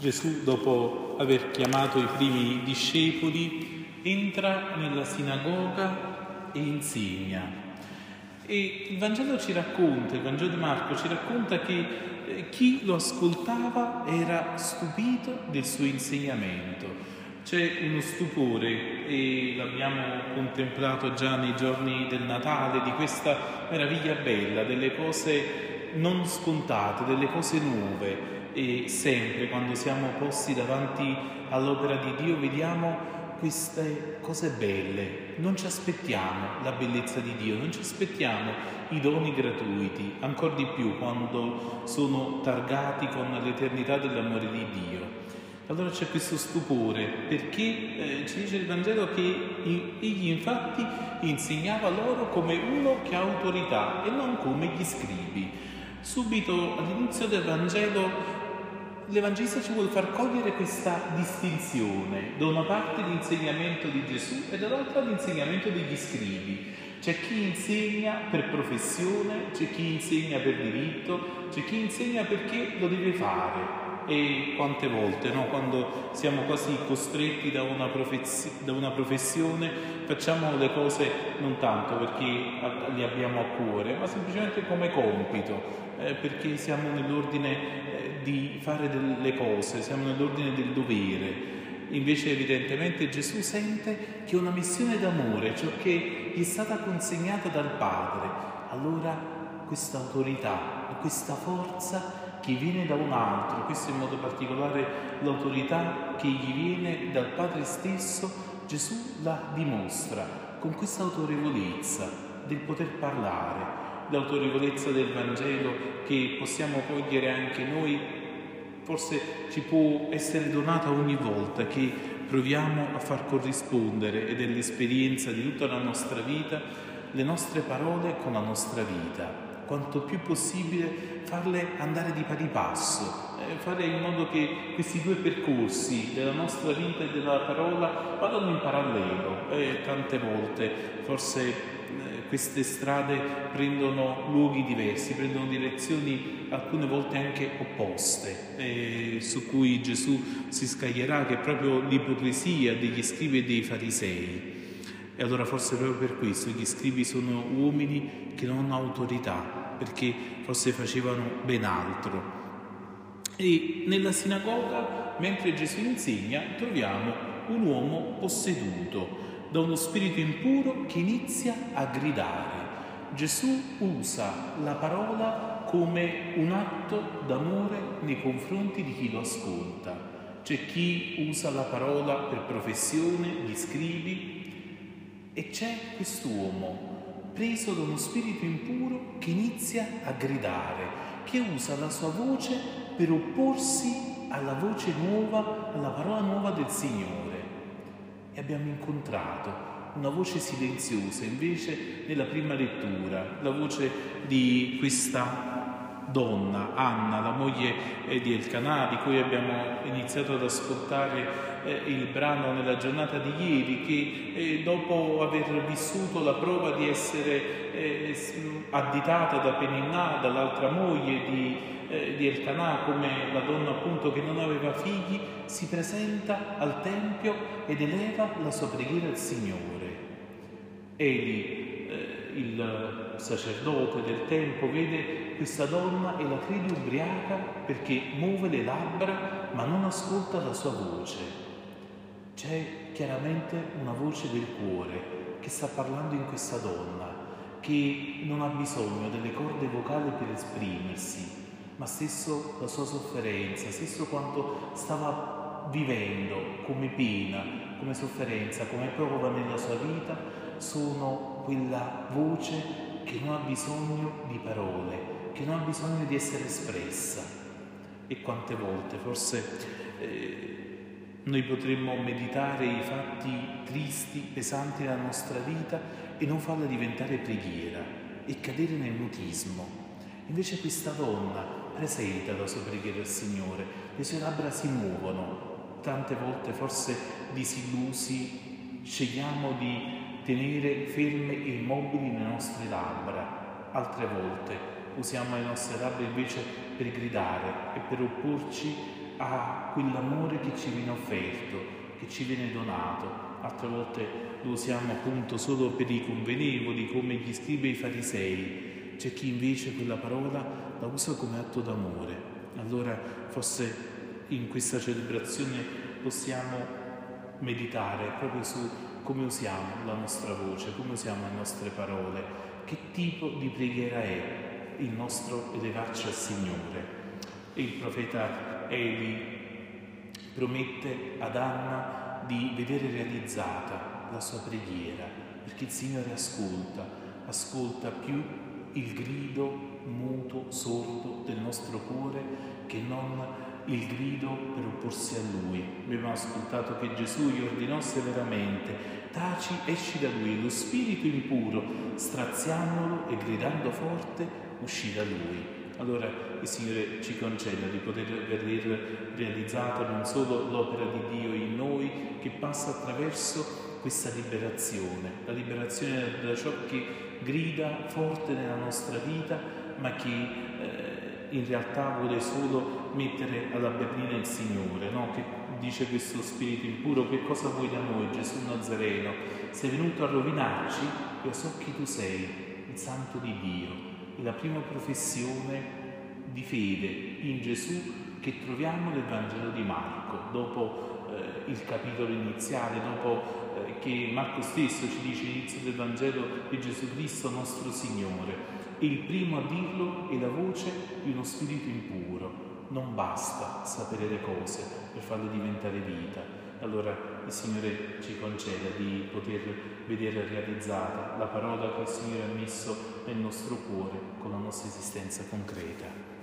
Gesù, dopo aver chiamato i primi discepoli, entra nella sinagoga e insegna. E il Vangelo di Marco ci racconta che chi lo ascoltava era stupito del suo insegnamento. C'è uno stupore, e l'abbiamo contemplato già nei giorni del Natale, di questa meraviglia bella, delle cose non scontate, delle cose nuove. E sempre quando siamo posti davanti all'opera di Dio vediamo queste cose belle, non ci aspettiamo la bellezza di Dio, non ci aspettiamo i doni gratuiti, ancor di più quando sono targati con l'eternità dell'amore di Dio. Allora c'è questo stupore, perché ci dice il Vangelo che egli infatti insegnava loro come uno che ha autorità e non come gli scribi. Subito all'inizio del Vangelo l'Evangelista ci vuole far cogliere questa distinzione, da una parte l'insegnamento di Gesù e dall'altra l'insegnamento degli scribi. C'è chi insegna per professione, c'è chi insegna per diritto, c'è chi insegna perché lo deve fare. E quante volte, no? Quando siamo quasi costretti da una professione, facciamo le cose non tanto perché li abbiamo a cuore, ma semplicemente come compito, perché siamo nell'ordine di fare delle cose, siamo nell'ordine del dovere. Invece evidentemente Gesù sente che è una missione d'amore, ciò che gli è stata consegnata dal Padre. Allora questa autorità, questa forza che viene da un altro, questo in modo particolare l'autorità che gli viene dal Padre stesso, Gesù la dimostra con questa autorevolezza del poter parlare, l'autorevolezza del Vangelo che possiamo cogliere anche noi. Forse ci può essere donata ogni volta che proviamo a far corrispondere, ed è l'esperienza di tutta la nostra vita, le nostre parole con la nostra vita. Quanto più possibile farle andare di pari passo, fare in modo che questi due percorsi della nostra vita e della parola vadano in parallelo. Tante volte forse queste strade prendono luoghi diversi, prendono direzioni alcune volte anche opposte, su cui Gesù si scaglierà, che è proprio l'ipocrisia degli scribi e dei farisei. E allora forse proprio per questo gli scribi sono uomini che non hanno autorità, perché forse facevano ben altro. E nella sinagoga, mentre Gesù insegna, troviamo un uomo posseduto da uno spirito impuro che inizia a gridare. Gesù usa la parola come un atto d'amore nei confronti di chi lo ascolta. C'è chi usa la parola per professione, gli scribi, e c'è quest'uomo preso da uno spirito impuro che inizia a gridare, che usa la sua voce per opporsi alla voce nuova, alla parola nuova del Signore. E abbiamo incontrato una voce silenziosa, invece, nella prima lettura, la voce di questa donna, Anna, la moglie di Elcanà, di cui abbiamo iniziato ad ascoltare il brano nella giornata di ieri, che dopo aver vissuto la prova di essere additata da Peninnà, dall'altra moglie di Elcanà, come la donna appunto che non aveva figli, si presenta al Tempio ed eleva la sua preghiera al Signore. Eli, il sacerdote del Tempio, vede questa donna e la crede ubriaca perché muove le labbra ma non ascolta la sua voce. C'è chiaramente una voce del cuore che sta parlando in questa donna, che non ha bisogno delle corde vocali per esprimersi, ma stesso la sua sofferenza, stesso quanto stava vivendo come pena, come sofferenza, come prova nella sua vita, sono quella voce che non ha bisogno di parole, che non ha bisogno di essere espressa. E quante volte forse noi potremmo meditare i fatti tristi, pesanti della nostra vita e non farla diventare preghiera e cadere nel mutismo. Invece questa donna presenta la sua preghiera al Signore, le sue labbra si muovono. Tante volte forse disillusi scegliamo di tenere ferme e immobili le nostre labbra, altre volte usiamo le nostre labbra invece per gridare e per opporci a quell'amore che ci viene offerto, che ci viene donato. Altre volte lo usiamo appunto solo per i convenevoli, come gli scribi e i farisei. C'è chi invece quella parola la usa come atto d'amore. Allora forse in questa celebrazione possiamo meditare proprio su come usiamo la nostra voce, come usiamo le nostre parole, che tipo di preghiera è il nostro elevarci al Signore. E il profeta Eli promette ad Anna di vedere realizzata la sua preghiera, perché il Signore ascolta più il grido muto, sordo del nostro cuore che non il grido per opporsi a Lui. Abbiamo ascoltato che Gesù gli ordinò severamente: taci, esci da Lui. Lo spirito impuro, straziandolo e gridando forte, uscì da Lui. Allora il Signore ci conceda di poter vedere realizzata non solo l'opera di Dio in noi, che passa attraverso questa liberazione, la liberazione da ciò che grida forte nella nostra vita, ma che in realtà vuole solo mettere alla berlina il Signore, no? Che dice questo spirito impuro: che cosa vuoi da noi, Gesù Nazareno? Sei venuto a rovinarci? Io so chi tu sei, il Santo di Dio. E la prima professione di fede in Gesù che troviamo nel Vangelo di Marco, dopo il capitolo iniziale, dopo che Marco stesso ci dice all'inizio del Vangelo di Gesù Cristo nostro Signore. E il primo a dirlo è la voce di uno spirito impuro. Non basta sapere le cose per farle diventare vita. Allora il Signore ci conceda di poter vedere realizzata la parola che il Signore ha messo nel nostro cuore con la nostra esistenza concreta.